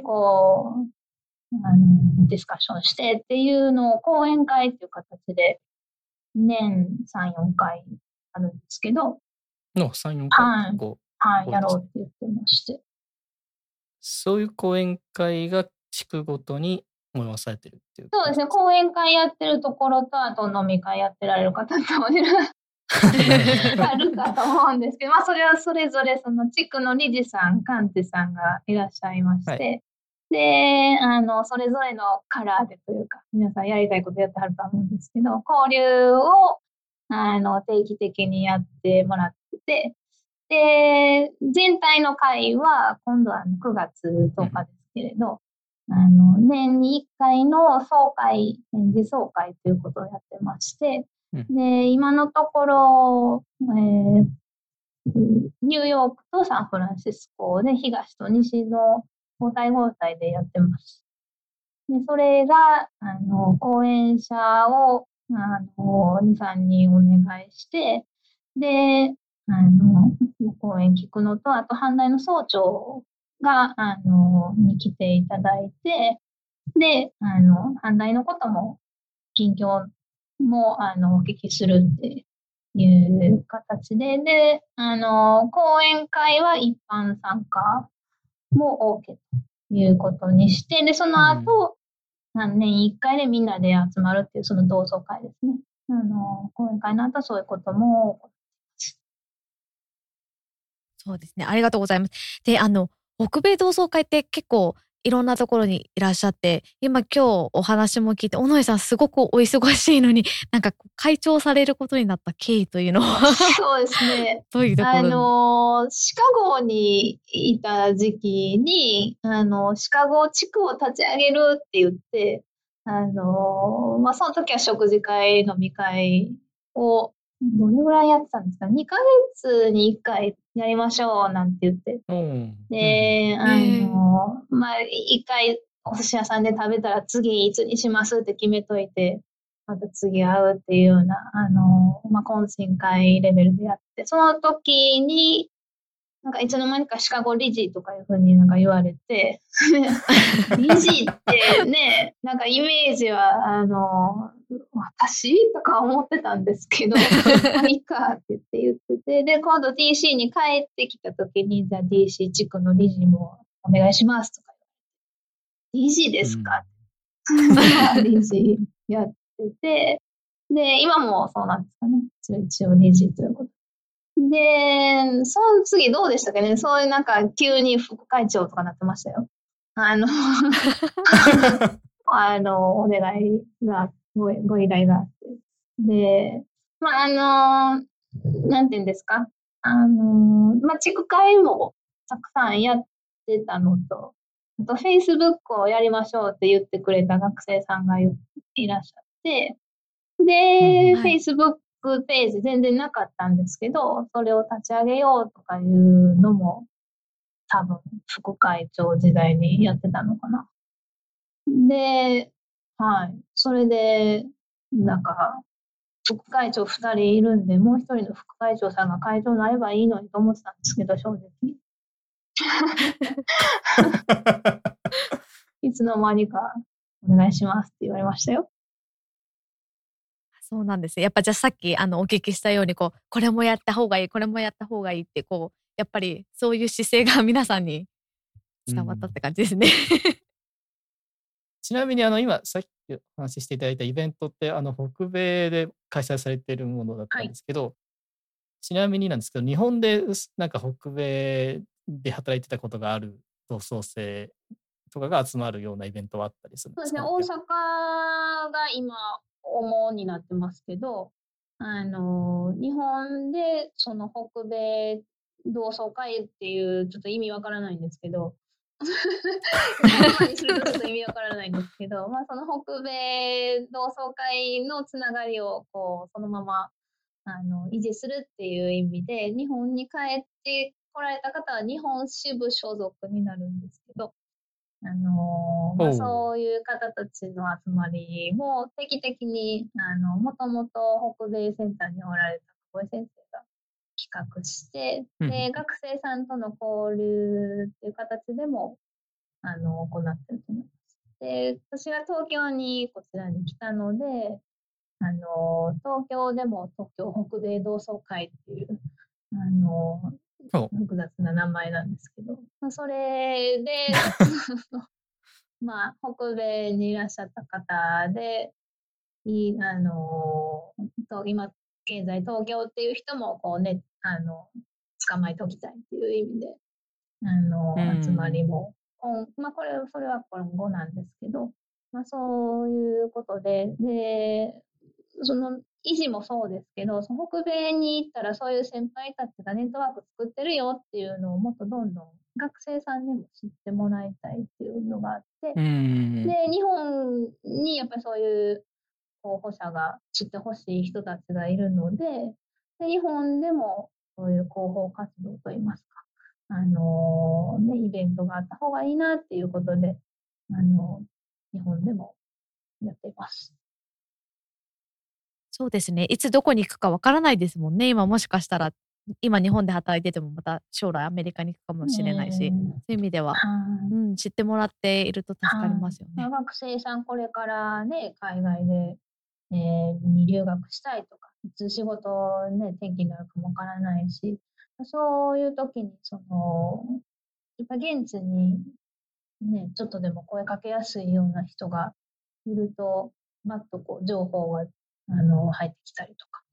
ディスカッションしてっていうのを講演会っていう形で年3、4回あるんですけど、
の3、4回
はい、
結構
はい、や
多いですね。
ろうって言ってまして。
そういう講演会が地区ごとに催されてるっていう
そうですね、
感じですか？
講演会やってるところと、あと飲み会やってられる方とあるかと思うんですけど、まあ、それはそれぞれその地区の理事さん、幹事さんがいらっしゃいまし
はい。
て、で、それぞれのカラーでというか、皆さんやりたいことやってはると思うんですけど、交流を、定期的にやってもらってて、で、全体の会は、今度は9月10日ですけれど、年に1回の総会、年次総会ということをやってまして、
うん。
で、今のところ、ニューヨークとサンフランシスコで東と西の交代交代でやってます。で、それが、講演者を、2、3人お願いして、で、講演聞くのと、あと、阪大の総長が、に来ていただいて、で、阪大のことも、近況も、お聞きするっていう形で、で、講演会は一般参加も OK ということにして、で、その後、年1回でみんなで集まるっていう、その同窓会ですね。講演会の後、そういうことも行ってます。
そうですね。ありがとうございます。で、北米同窓会って結構いろんなところにいらっしゃって、今お話も聞いて、尾上さんすごくお忙しいのに、なんか会長されることになった経緯というのは
そうですね。
どういうところに？
シカゴにいた時期に、シカゴ地区を立ち上げるって言って、まあ、その時は食事会、飲み会を、どれぐらいやってたんですか？ 2 ヶ月に1回やりましょうなんて言って。
うん。
で、
え
まあ、1回お寿司屋さんで食べたら次いつにしますって決めといて、また次会うっていうような、まあ、懇親会レベルでやって、その時に、なんかいつの間にかシカゴ理事とかいう風になんか言われて、理事ってね、なんかイメージは、私とか思ってたんですけど、まあいいかって言ってて、で、今度 DC に帰ってきた時に、じゃあ DC 地区の理事もお願いしますとか理事で
うん。
すかまあ理事やってて、で、今もそうなんですかね。一応理事ということ。で、その次どうでしたかね。そういうなんか急に副会長とかなってましたよ。あの、お願いが、ご依頼があって。で、まあ、なんていうんですか。まあ、地区会もたくさんやってたのと、あと Facebook をやりましょうって言ってくれた学生さんがいらっしゃって、で、
はい。
Facebook ページ全然なかったんですけど、それを立ち上げようとかいうのも、多分、副会長時代にやってたのかな。で、はい。それで、なんか、副会長2人いるんで、もう1人の副会長さんが会長になればいいのにと思ってたんですけど、正直。いつの間にか、お願いしますって言われましたよ。
そうなんですね。やっぱじゃあさっきお聞きしたようにこれもやった方がいい、これもやった方がいいってやっぱりそういう姿勢が皆さんに
うん。
伝わったって感じですね。
ちなみに今さっきお話ししていただいたイベントって、北米で開催されているものだったん
はい。
ですけど、ちなみになんですけど、日本でなんか北米で働いてたことがある同窓生とかが集まるようなイベントはあったりするん
そうですね、
ですかね？
大阪が今、主になってますけど、日本でその北米同窓会っていう、ちょっと意味わからないんですけど、言葉にするとちょっと意味わからないんですけど、まあ、その北米同窓会のつながりをそのまま維持するっていう意味で、日本に帰ってこられた方は日本支部所属になるんですけど、まあ、
おお。
そういう方たちの集まりも定期的に、もともと北米センターにおられたこういう先生が企画して、
うん
で、学生さんとの交流っていう形でも、行ってると思います。で、私が東京にこちらに来たので、東京でも東京北米同窓会っていう、
そう。
複雑な名前なんですけど、まあ、それで、まあ、北米にいらっしゃった方で、今、現在東京っていう人も、こうね、捕まえておきたいっていう意味で、集まりも、まあ、それは今後なんですけど、まあ、そういうことで、その維持もそうですけど、その北米に行ったらそういう先輩たちがネットワーク作ってるよっていうのをもっとどんどん学生さんにも知ってもらいたいっていうのがあって、で、日本にやっぱりそういう候補者が知ってほしい人たちがいるので、日本でもそういう広報活動といいますか、イベントがあった方がいいなっていうことで、日本でもやっています。
そうですね。いつどこに行くかわからないですもんね。今もしかしたら、今日本で働いててもまた将来アメリカに行くかもしれないし、そういう意味では、知ってもらっていると助かりますよね。
学生さんこれからね、海外で、に留学したいとか、いつ仕事ね、転機になるかもわからないし、そういう時に、やっぱ現地にね、ちょっとでも声かけやすいような人がいると、バッとこう情報が入ってきたりとか、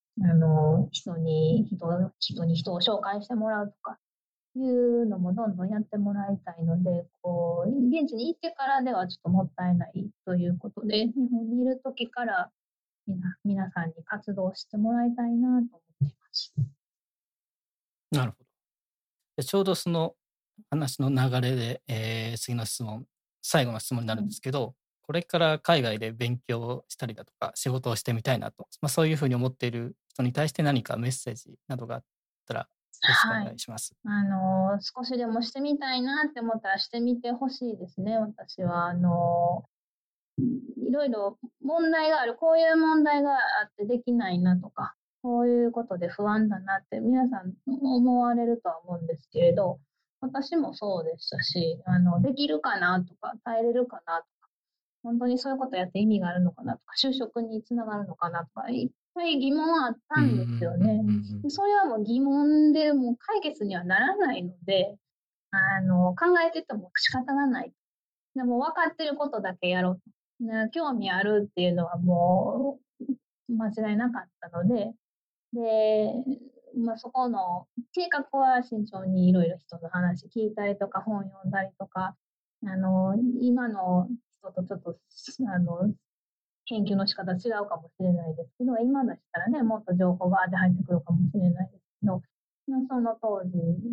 人を紹介してもらうとかいうのもどんどんやってもらいたいので、こう現地に行ってからではちょっともったいないということで、日本にいる時から皆さんに活動してもらいたいなと思っています。
なるほど。でちょうどその話の流れで、次の質問、最後の質問になるんですけど、これから海外で勉強したりだとか、仕事をしてみたいなと、そういうふうに思っている人に対して何かメッセージなどがあったら、よろしくお願いします。
少しでもしてみたいなって思ったらしてみてほしいですね、私は。いろいろ問題がある、こういう問題があってできないなとか、こういうことで不安だなって皆さん思われるとは思うんですけれど、私もそうでしたし、できるかなとか、耐えれるかなとか、本当にそういうことやって意味があるのかなとか、就職につながるのかなとか、いっぱい疑問はあったんですよね。でそれはもう疑問でもう解決にはならないので、考えてても仕方がない。でも分かってることだけやろうと。興味あるっていうのはもう間違いなかったので、まあ、そこの計画は慎重にいろいろ人の話聞いたりとか本読んだりとか、今の人とちょっと、あの、研究の仕方違うかもしれないですけど、今だったらね、もっと情報が入ってくるかもしれないですけど、その当時、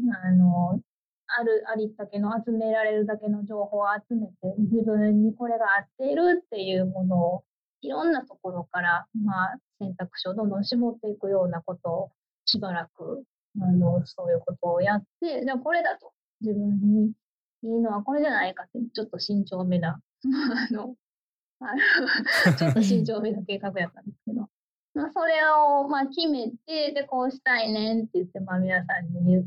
ありったけの集められるだけの情報を集めて、自分にこれが合っているっていうものを、いろんなところから、まあ、選択肢をどんどん絞っていくようなことを、しばらく、そういうことをやって、じゃあこれだと、自分にいいのはこれじゃないかって、ちょっと慎重めな、あの、ちょっと慎重めな計画やったんですけど、まあ、それをまあ決めて、で、こうしたいねんって言って、まあ、皆さんに言って、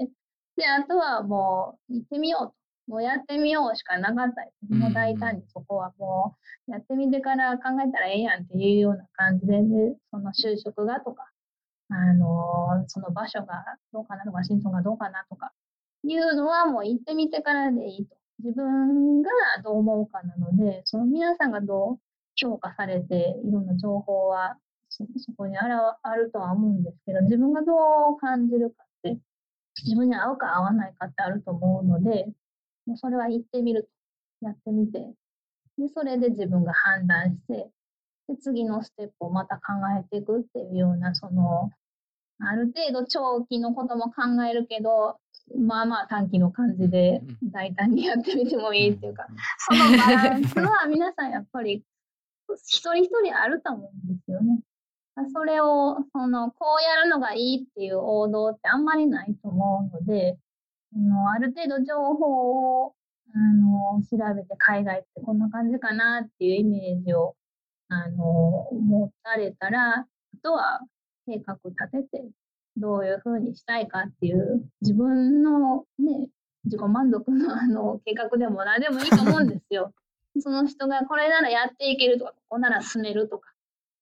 で、あとはもう行ってみようと。もうやってみようしかなかったです。もう大胆にそこはもうやってみてから考えたらええやんっていうような感じで、その就職がとか、その場所がどうかなとか、心臓がどうかなとかいうのはもう行ってみてからでいいと。自分がどう思うかなので、その皆さんがどう評価されて、いろんな情報はそこにあるとは思うんですけど、自分がどう感じるかって、自分に合うか合わないかってあると思うので、もうそれは行ってみると。やってみて、で、それで自分が判断して、で、次のステップをまた考えていくっていうような、ある程度長期のことも考えるけど、まあまあ短期の感じで大胆にやってみてもいいっていうか、そのバランスは皆さんやっぱり一人一人あると思うんですよね。それを、こうやるのがいいっていう王道ってあんまりないと思うので、ある程度情報を、調べて海外ってこんな感じかなっていうイメージを、持たれたら、あとは計画立てて、どういうふうにしたいかっていう自分のね、自己満足の計画でも何でもいいと思うんですよ。その人がこれならやっていけるとか、ここなら進めるとか、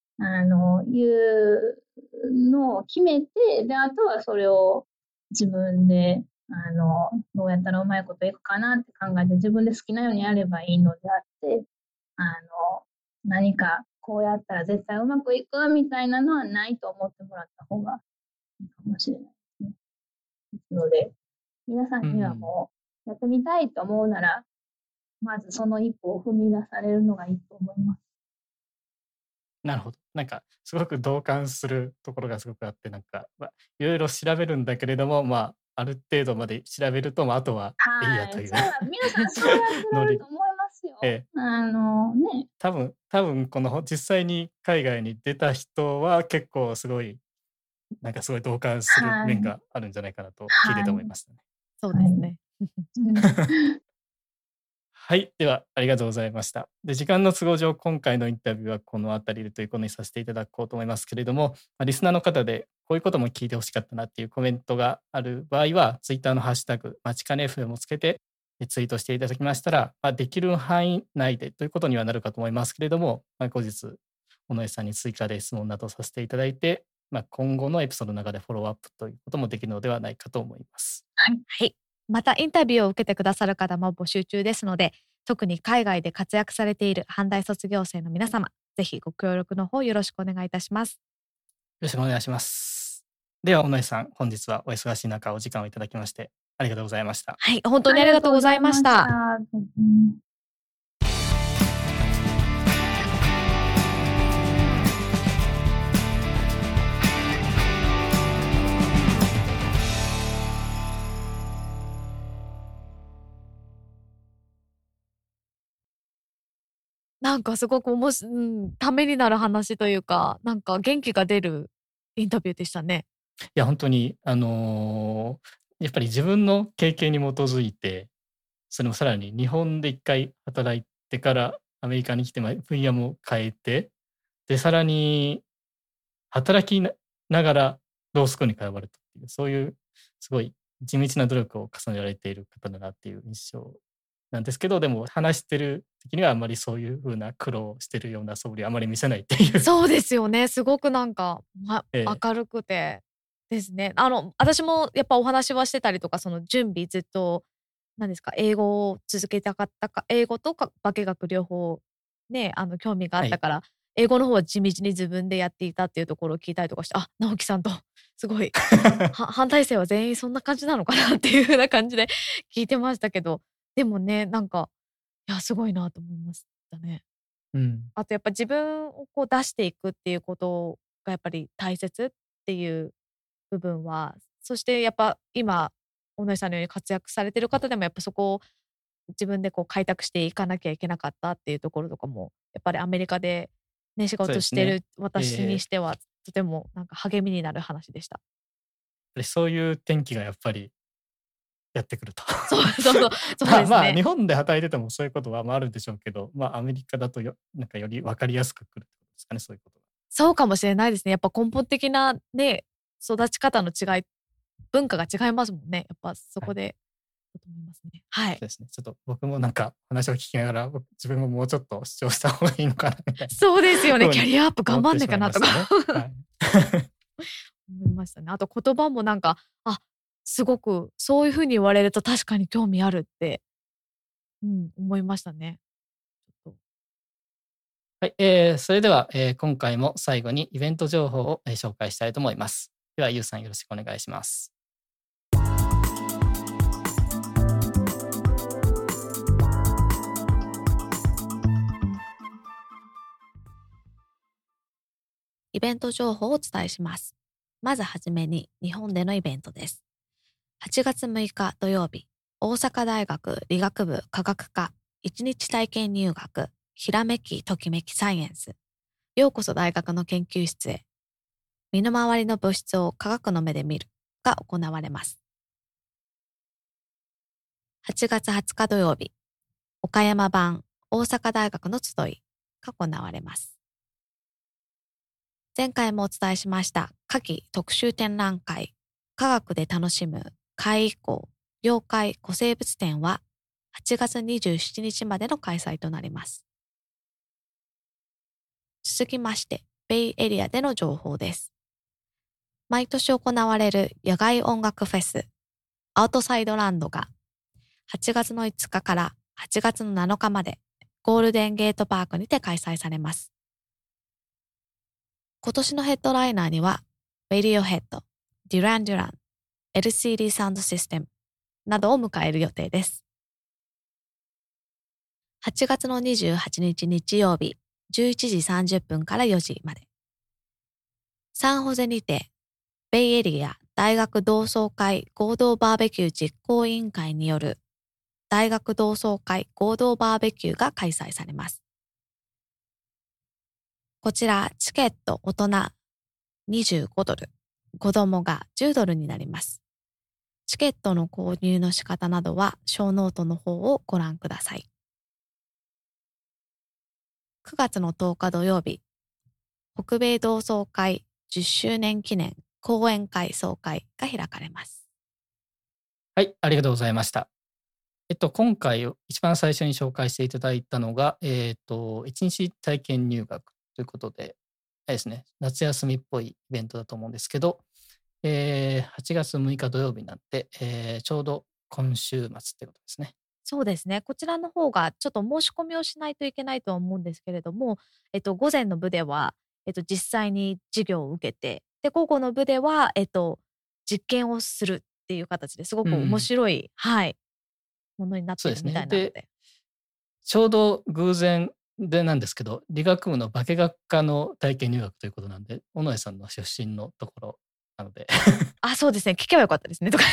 いうのを決めて、で、あとはそれを自分で、どうやったらうまいこといくかなって考えて、自分で好きなようにやればいいのであって、何かこうやったら絶対うまくいくみたいなのはないと思ってもらった方がいいかもしれないですね。ですので、皆さんにはもうやってみたいと思うなら、まずその一歩を踏み出されるのがいいと思います。
なるほど。なんかすごく同感するところがすごくあって、なんか、いろいろ調べるんだけれども、ある程度まで調べると、あとはいいやという。
皆さんそうやってられると思いますよ。ね。
多分この実際に海外に出た人は結構すごい、なんかすごい同感する面があるんじゃないかなと聞いてて思いましたね。
そうですね。
はい。では、ありがとうございました。で、時間の都合上、今回のインタビューはこの辺りでということにさせていただこうと思いますけれども、リスナーの方でこういうことも聞いてほしかったなっていうコメントがある場合は、ツイッターのハッシュタグ、まちかね FM をつけてツイートしていただきましたら、できる範囲内でということにはなるかと思いますけれども、後日、尾上さんに追加で質問などさせていただいて、今後のエピソードの中でフォローアップということもできるのではないかと思います。
はい。またインタビューを受けてくださる方も募集中ですので、特に海外で活躍されている阪大卒業生の皆様、ぜひご協力の方よろしくお願いいたします。
よろしくお願いします。では、尾上さん、本日はお忙しい中お時間をいただきましてありがとうございました。
はい、本当にありがとうございました。なんかすごくためになる話というか、なんか元気が出るインタビューでしたね。
いや、本当に、やっぱり自分の経験に基づいて、それもさらに日本で一回働いてからアメリカに来て、分野も変えて、で、さらに働きながらロースクールに通われたっていう、そういうすごい地道な努力を重ねられている方だなっていう印象なんですけど、でも話してる時にはあんまりそういう風な苦労してるような素振りあまり見せないっていう。
そうですよね。すごくなんか、明るくてですね。私もやっぱお話はしてたりとか、その準備ずっと、何ですか、英語を続けたかったか、英語と化学両方ね、興味があったから、英語の方は地道に自分でやっていたっていうところを聞いたりとかして、直樹さんとすごい反対生は全員そんな感じなのかなっていう風な感じで聞いてましたけど、でもね、なんか、いや、すごいなと思いましたね。あとやっぱ自分をこう出していくっていうことがやっぱり大切っていう部分は、そしてやっぱ今、尾上さんのように活躍されてる方でもやっぱそこを自分でこう開拓していかなきゃいけなかったっていうところとかも、やっぱりアメリカでね、仕事してる私にしては、とてもなんか励みになる話でした。
そういう転機がやっぱりやってくると。
そうですね。
日本で働いててもそういうことはあるんでしょうけど、アメリカだとなんかより分かりやすくくるってことですかね、そういうことが。
そうかもしれないですね。やっぱ根本的なね、育ち方の違い、文化が違いますもんね。やっぱそこで、だと思いますね。はい。
そうですね。ちょっと僕もなんか話を聞きながら、自分ももうちょっと主張した方がいいのかなみたいな。
そうですよね。キャリアアップ頑張んねえかなとか思いましたね。あと言葉もなんか、すごくそういう風に言われると確かに興味あるって、思いましたね。
はい、それでは、今回も最後にイベント情報を、紹介したいと思います。では、ゆうさんよろしくお願いします。
イベント情報をお伝えします。まずはじめに日本でのイベントです。8月6日土曜日、大阪大学理学部科学科1日体験入学、ひらめきときめきサイエンス。ようこそ大学の研究室へ。身の回りの物質を科学の目で見るが行われます。8月20日土曜日、岡山版大阪大学の集いが行われます。 前回もお伝えしました夏季特集展覧会科学で楽しむ海以降妖怪古生物展は8月27日までの開催となります。続きましてベイエリアでの情報です。毎年行われる野外音楽フェスアウトサイドランドが8月の5日から8月の7日までゴールデンゲートパークにて開催されます。今年のヘッドライナーには、レディオヘッド、デュラン・デュラン、LCD サウンドシステムなどを迎える予定です。8月の28日日曜日、11時30分から4時まで。サンホゼにて、ベイエリア大学同窓会合同バーベキュー実行委員会による大学同窓会合同バーベキューが開催されます。こちらチケット大人$25、子供が$10になります。チケットの購入の仕方などは小ノートの方をご覧ください。9月の10日土曜日、北米同窓会10周年記念講演会総会が開かれます。
はい、ありがとうございました。今回一番最初に紹介していただいたのが、1日体験入学ということで、あれですね、夏休みっぽいイベントだと思うんですけど、8月6日土曜日になって、ちょうど今週末ってことですね。
そうですね。こちらの方がちょっと申し込みをしないといけないとは思うんですけれども、午前の部では、実際に授業を受けて、で、午後の部では、実験をするっていう形ですごく面白い、はい、ものになってるみたいなので。
ちょうど偶然でなんですけど、理学部の化学科の体験入学ということなんで、尾上さんの出身のところなので。
あ、そうですね。聞けばよかったですね。とか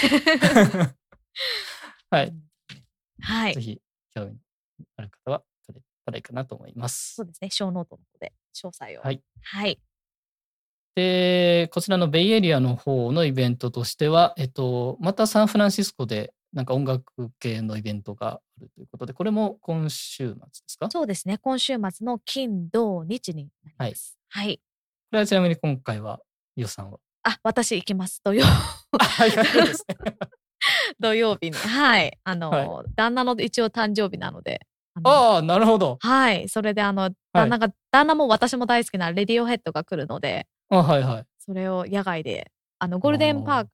はい。
はい。
ぜひ興味ある方は取れたらいいかなと思います。
そうですね。小ノートの方で詳細を。
はい。
はい。
で、こちらのベイエリアの方のイベントとしては、またサンフランシスコでなんか音楽系のイベントがあるということで、これも今週末ですか？
そうですね。今週末の金、土、日になります。はい。
これはちなみに今回は、ゆうさんは？
あ、私行きます。土曜。
はい、そうですね。
土曜日に。はい。
はい、
旦那の一応誕生日なので。
ああ、なるほど。
はい。それで旦那も私も大好きなレディオヘッドが来るので、
あ、はいはい。
それを野外で、ゴールデンゲー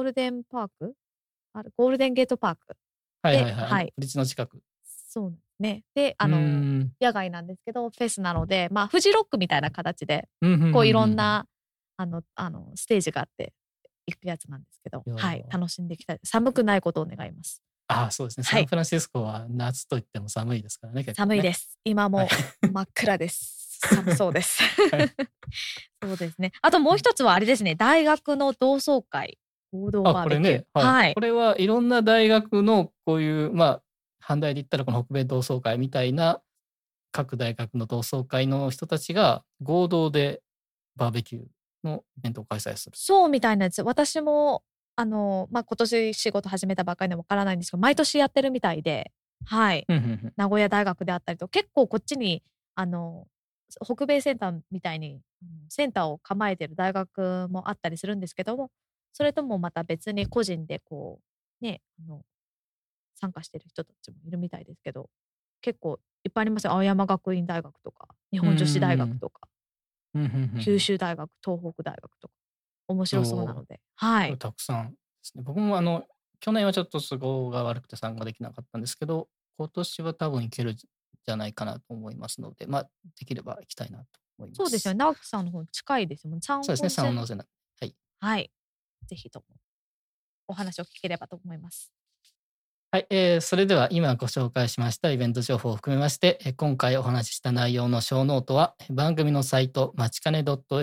トパーク。
はいはいはい。ブリッジの近く。
そうね。で、野外なんですけど、フェスなので、まあ、フジロックみたいな形で、こういろんな、ステージがあって、行くやつなんですけど、はい。楽しんでいきたい。寒くないことを願います。
ああ、そうですね。サンフランシスコは夏といっても寒いですからね。結構ね。
寒いです。今も真っ暗です。寒そうです。そうですね。あともう一つはあれですね。大学の同窓会合同バーベキュー。
これね、はい。これはいろんな大学のこういう、まあ、阪大で言ったらこの北米同窓会みたいな各大学の同窓会の人たちが合同でバーベキューのイベントを開催する。
そうみたいなやつ。私も今年仕事始めたばっかりでもわからないんですけど、毎年やってるみたいで、はい。名古屋大学であったりと、結構こっちに北米センターみたいにセンターを構えてる大学もあったりするんですけども、それともまた別に個人でこうね参加してる人たちもいるみたいですけど、結構いっぱいありますよ。青山学院大学とか日本女子大学とか九州大学、東北大学とか面白そうなので、はい。
たくさんですね。僕も去年はちょっと都合が悪くて参加できなかったんですけど、今年は多分行けるじゃないかなと思いますので、まあできれば行きたいなと思います。
そうですよね。直樹さんの方近いですもん。
そうですね。サンノゼナ。はい。
はい。ぜひともお話を聞ければと思います。
はい、それでは今ご紹介しましたイベント情報を含めまして、今回お話しした内容の小ノートは番組のサイトまちかね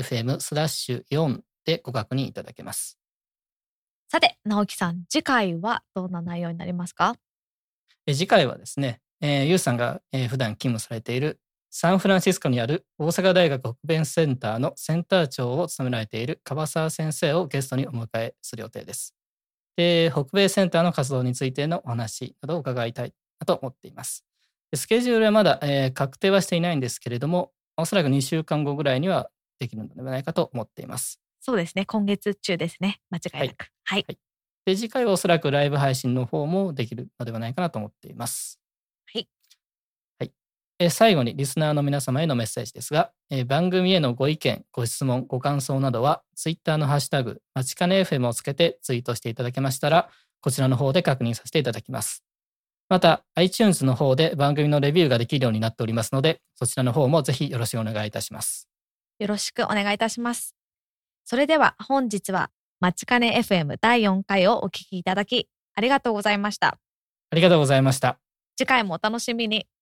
.fm/4 でご確認いただけます。
さて、直樹さん、次回はどんな内容になりますか？
次回はですね、ゆうさんが、普段勤務されているサンフランシスコにある大阪大学北米センターのセンター長を務められている樺沢先生をゲストにお迎えする予定です。北米センターの活動についてのお話などを伺いたいなと思っています。スケジュールはまだ、確定はしていないんですけれども、おそらく2週間後ぐらいにはできるのではないかと思っています。
そうですね。今月中ですね。間違いなく。はい。
で、次回はおそらくライブ配信の方もできるのではないかなと思っています。
はい。
最後にリスナーの皆様へのメッセージですが、番組へのご意見、ご質問、ご感想などは、ツイッターのハッシュタグ、まちかね FM をつけてツイートしていただけましたら、こちらの方で確認させていただきます。また、iTunes の方で番組のレビューができるようになっておりますので、そちらの方もぜひよろしくお願いいたします。
よろしくお願いいたします。それでは本日は、まちかね FM 第4回をお聞きいただき、ありがとうございました。
ありがとうございました。
次回もお楽しみに。